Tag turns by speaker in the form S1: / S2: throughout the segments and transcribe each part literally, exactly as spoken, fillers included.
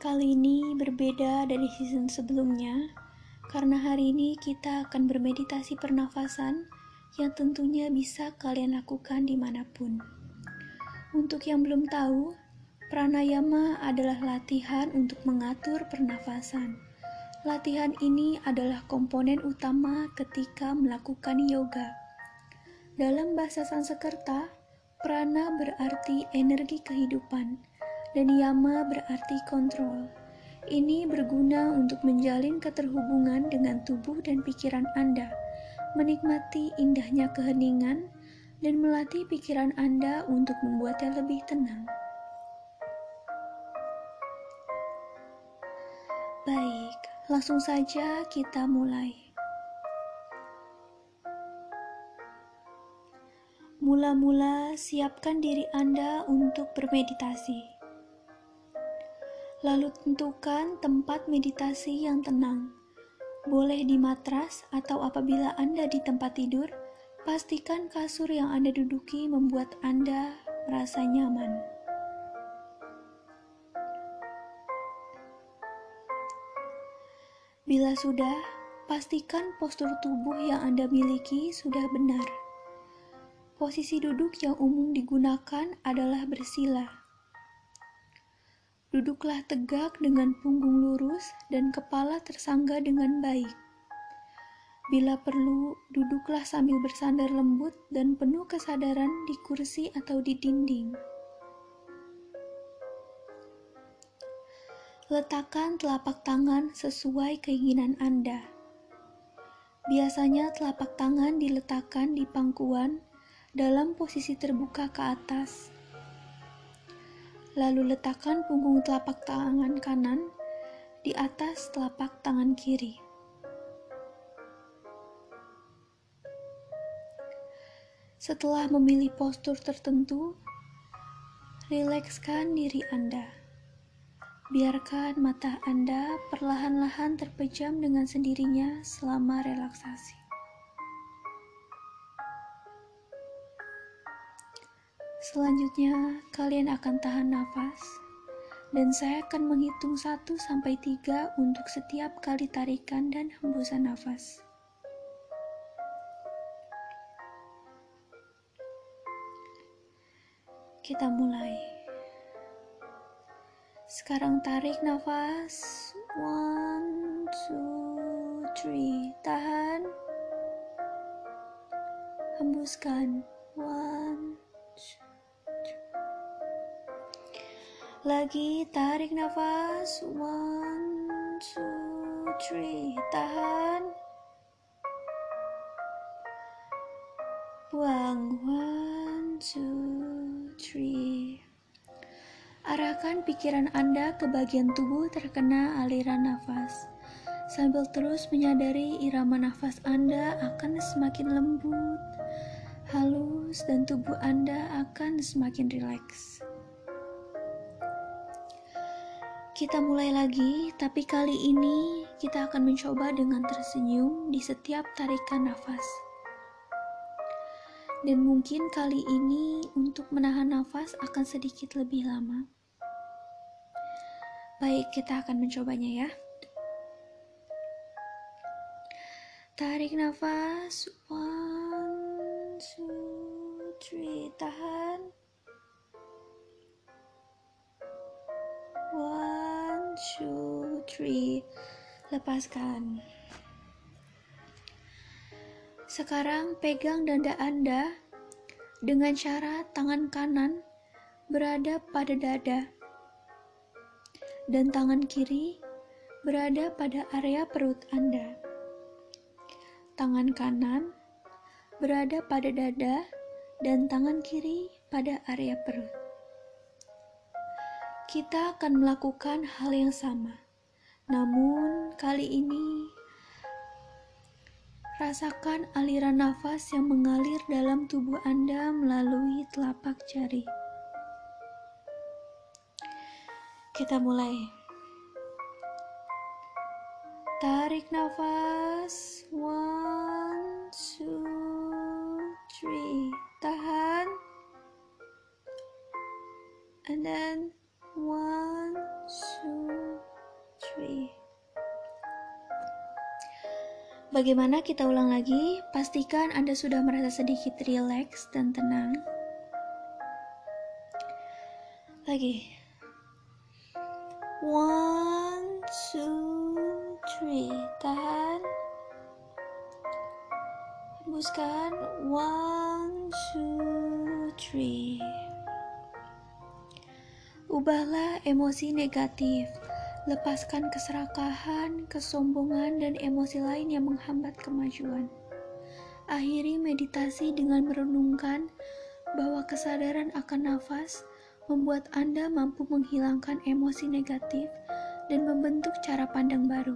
S1: Kali ini berbeda dari season sebelumnya, karena hari ini kita akan bermeditasi pernafasan yang tentunya bisa kalian lakukan dimanapun. Untuk yang belum tahu, pranayama adalah latihan untuk mengatur pernafasan. Latihan ini adalah komponen utama ketika melakukan yoga. Dalam bahasa Sanskerta, prana berarti energi kehidupan, dan yama berarti kontrol. Ini berguna untuk menjalin keterhubungan dengan tubuh dan pikiran Anda, menikmati indahnya keheningan, dan melatih pikiran Anda untuk membuatnya lebih tenang. Baik, langsung saja kita mulai. Mula-mula siapkan diri Anda untuk bermeditasi. Lalu tentukan tempat meditasi yang tenang. Boleh di matras atau apabila Anda di tempat tidur, pastikan kasur yang Anda duduki membuat Anda merasa nyaman. Bila sudah, pastikan postur tubuh yang Anda miliki sudah benar. Posisi duduk yang umum digunakan adalah bersila. Duduklah tegak dengan punggung lurus dan kepala tersangga dengan baik. Bila perlu, duduklah sambil bersandar lembut dan penuh kesadaran di kursi atau di dinding. Letakkan telapak tangan sesuai keinginan Anda. Biasanya telapak tangan diletakkan di pangkuan dalam posisi terbuka ke atas. Lalu letakkan punggung telapak tangan kanan di atas telapak tangan kiri. Setelah memilih postur tertentu, rilekskan diri Anda. Biarkan mata Anda perlahan-lahan terpejam dengan sendirinya selama relaksasi. Selanjutnya, kalian akan tahan nafas, dan saya akan menghitung satu sampai tiga untuk setiap kali tarikan dan hembusan nafas. Kita mulai. Sekarang tarik nafas. One, two, three. Tahan. Hembuskan. One, two. Lagi tarik nafas. One, two, three. Tahan. Buang. One, two, three. Arahkan pikiran Anda ke bagian tubuh terkena aliran nafas, sambil terus menyadari irama nafas Anda akan semakin lembut, halus, dan tubuh Anda akan semakin rileks. Kita mulai lagi, tapi kali ini kita akan mencoba dengan tersenyum di setiap tarikan nafas. Dan mungkin kali ini untuk menahan nafas akan sedikit lebih lama. Baik, kita akan mencobanya ya. Tarik nafas. One, two, three. Tahan. One, two, three. Lepaskan. Sekarang pegang dada Anda dengan cara tangan kanan berada pada dada dan tangan kiri berada pada area perut Anda. Tangan kanan berada pada dada dan tangan kiri pada area perut. Kita akan melakukan hal yang sama, namun kali ini rasakan aliran nafas yang mengalir dalam tubuh Anda melalui telapak jari. Kita mulai. Tarik nafas. One, two, three. Tahan. And then one, two, Bagaimana kita ulang lagi? Pastikan Anda sudah merasa sedikit rileks dan tenang. Lagi. One, two, three. Tahan. Hembuskan. One, two, three. Ubahlah emosi negatif. Lepaskan keserakahan, kesombongan, dan emosi lain yang menghambat kemajuan. Akhiri meditasi dengan merenungkan bahwa kesadaran akan nafas membuat Anda mampu menghilangkan emosi negatif dan membentuk cara pandang baru.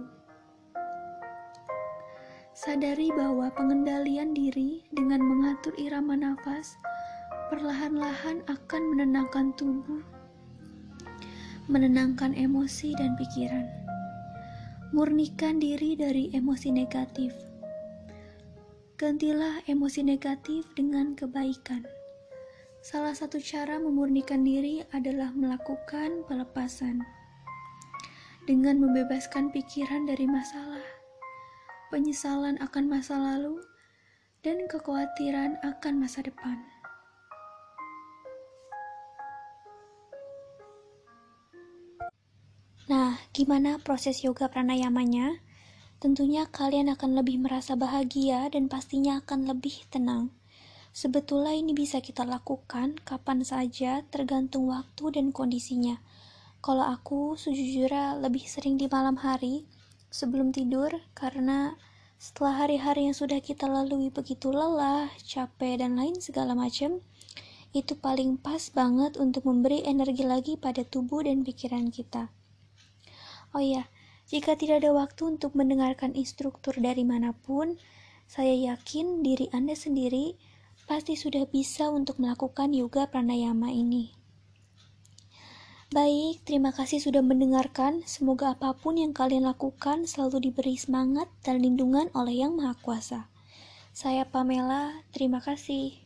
S1: Sadari bahwa pengendalian diri dengan mengatur irama nafas perlahan-lahan akan menenangkan tubuh, menenangkan emosi dan pikiran. Murnikan diri dari emosi negatif. Gantilah emosi negatif dengan kebaikan. Salah satu cara memurnikan diri adalah melakukan pelepasan. Dengan membebaskan pikiran dari masalah, penyesalan akan masa lalu, dan kekhawatiran akan masa depan. Nah, gimana proses yoga pranayamanya? Tentunya kalian akan lebih merasa bahagia dan pastinya akan lebih tenang. Sebetulnya ini bisa kita lakukan kapan saja tergantung waktu dan kondisinya. Kalau aku sejujurnya lebih sering di malam hari sebelum tidur karena setelah hari-hari yang sudah kita lalui begitu lelah, capek, dan lain segala macam, itu paling pas banget untuk memberi energi lagi pada tubuh dan pikiran kita. Oh iya, jika tidak ada waktu untuk mendengarkan instruktur dari manapun, saya yakin diri Anda sendiri pasti sudah bisa untuk melakukan yoga pranayama ini. Baik, terima kasih sudah mendengarkan. Semoga apapun yang kalian lakukan selalu diberi semangat dan lindungan oleh Yang Maha Kuasa. Saya Pamela, terima kasih.